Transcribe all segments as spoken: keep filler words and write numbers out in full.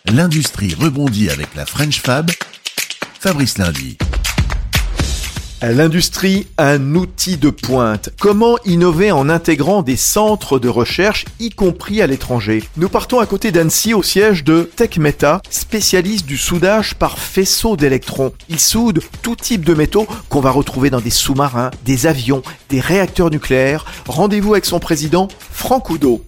L'industrie rebondit avec la French Fab. Fabrice Lundy. L'industrie, un outil de pointe. Comment innover en intégrant des centres de recherche, y compris à l'étranger? Nous partons à côté d'Annecy au siège de TechMeta, spécialiste du soudage par faisceau d'électrons. Il soude tout type de métaux qu'on va retrouver dans des sous-marins, des avions, des réacteurs nucléaires. Rendez-vous avec son président, Franck Oudot.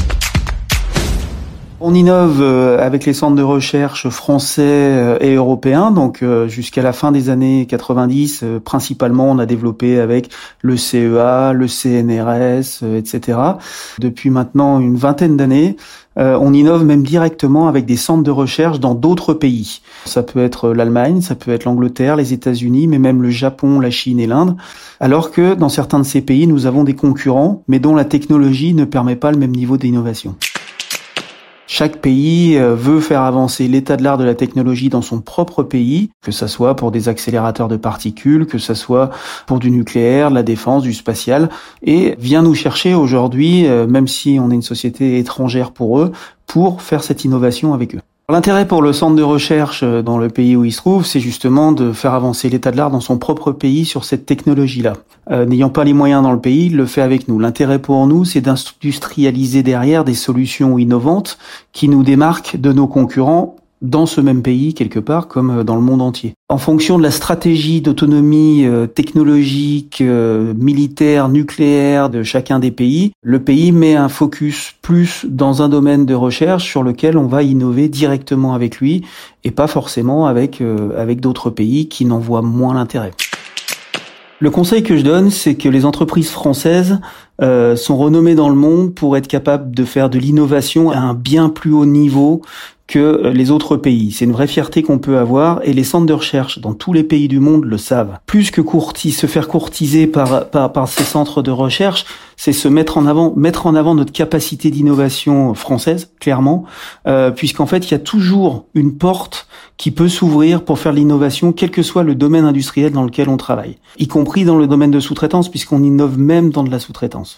On innove avec les centres de recherche français et européens, donc jusqu'à la fin des années quatre-vingt-dix, principalement on a développé avec le C E A, le C N R S, et cetera. Depuis maintenant une vingtaine d'années, on innove même directement avec des centres de recherche dans d'autres pays. Ça peut être l'Allemagne, ça peut être l'Angleterre, les États-Unis, mais même le Japon, la Chine et l'Inde. Alors que dans certains de ces pays, nous avons des concurrents, mais dont la technologie ne permet pas le même niveau d'innovation. Chaque pays veut faire avancer l'état de l'art de la technologie dans son propre pays, que ça soit pour des accélérateurs de particules, que ça soit pour du nucléaire, de la défense, du spatial, et vient nous chercher aujourd'hui, même si on est une société étrangère pour eux, pour faire cette innovation avec eux. L'intérêt pour le centre de recherche dans le pays où il se trouve, c'est justement de faire avancer l'état de l'art dans son propre pays sur cette technologie-là. Euh, n'ayant pas les moyens dans le pays, il le fait avec nous. L'intérêt pour nous, c'est d'industrialiser derrière des solutions innovantes qui nous démarquent de nos concurrents dans ce même pays, quelque part, comme dans le monde entier. En fonction de la stratégie d'autonomie euh, technologique, euh, militaire, nucléaire de chacun des pays, le pays met un focus plus dans un domaine de recherche sur lequel on va innover directement avec lui et pas forcément avec, euh, avec d'autres pays qui n'en voient moins l'intérêt. Le conseil que je donne, c'est que les entreprises françaises euh, sont renommées dans le monde pour être capables de faire de l'innovation à un bien plus haut niveau que les autres pays. C'est une vraie fierté qu'on peut avoir et les centres de recherche dans tous les pays du monde le savent. Plus que courtis, se faire courtiser par, par, par ces centres de recherche, c'est se mettre en avant, mettre en avant notre capacité d'innovation française, clairement, euh, puisqu'en fait, il y a toujours une porte qui peut s'ouvrir pour faire de l'innovation, quel que soit le domaine industriel dans lequel on travaille, y compris dans le domaine de sous-traitance, puisqu'on innove même dans de la sous-traitance.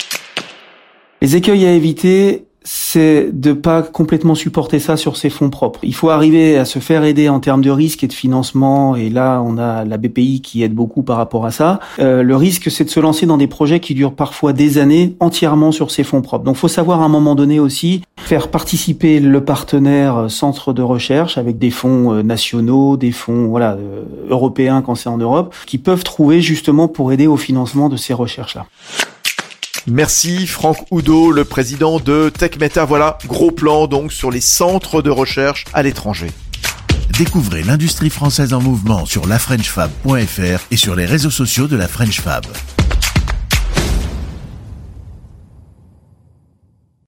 Les écueils à éviter, c'est de pas complètement supporter ça sur ses fonds propres. Il faut arriver à se faire aider en termes de risque et de financement, et là on a la B P I qui aide beaucoup par rapport à ça. Euh, le risque, c'est de se lancer dans des projets qui durent parfois des années entièrement sur ses fonds propres. Donc faut savoir à un moment donné aussi faire participer le partenaire centre de recherche avec des fonds nationaux, des fonds voilà euh, européens quand c'est en Europe, qui peuvent trouver justement pour aider au financement de ces recherches-là. Merci Franck Oudot, le président de TechMeta. Voilà, gros plan donc sur les centres de recherche à l'étranger. Découvrez l'industrie française en mouvement sur la french fab point f r et sur les réseaux sociaux de la French Fab.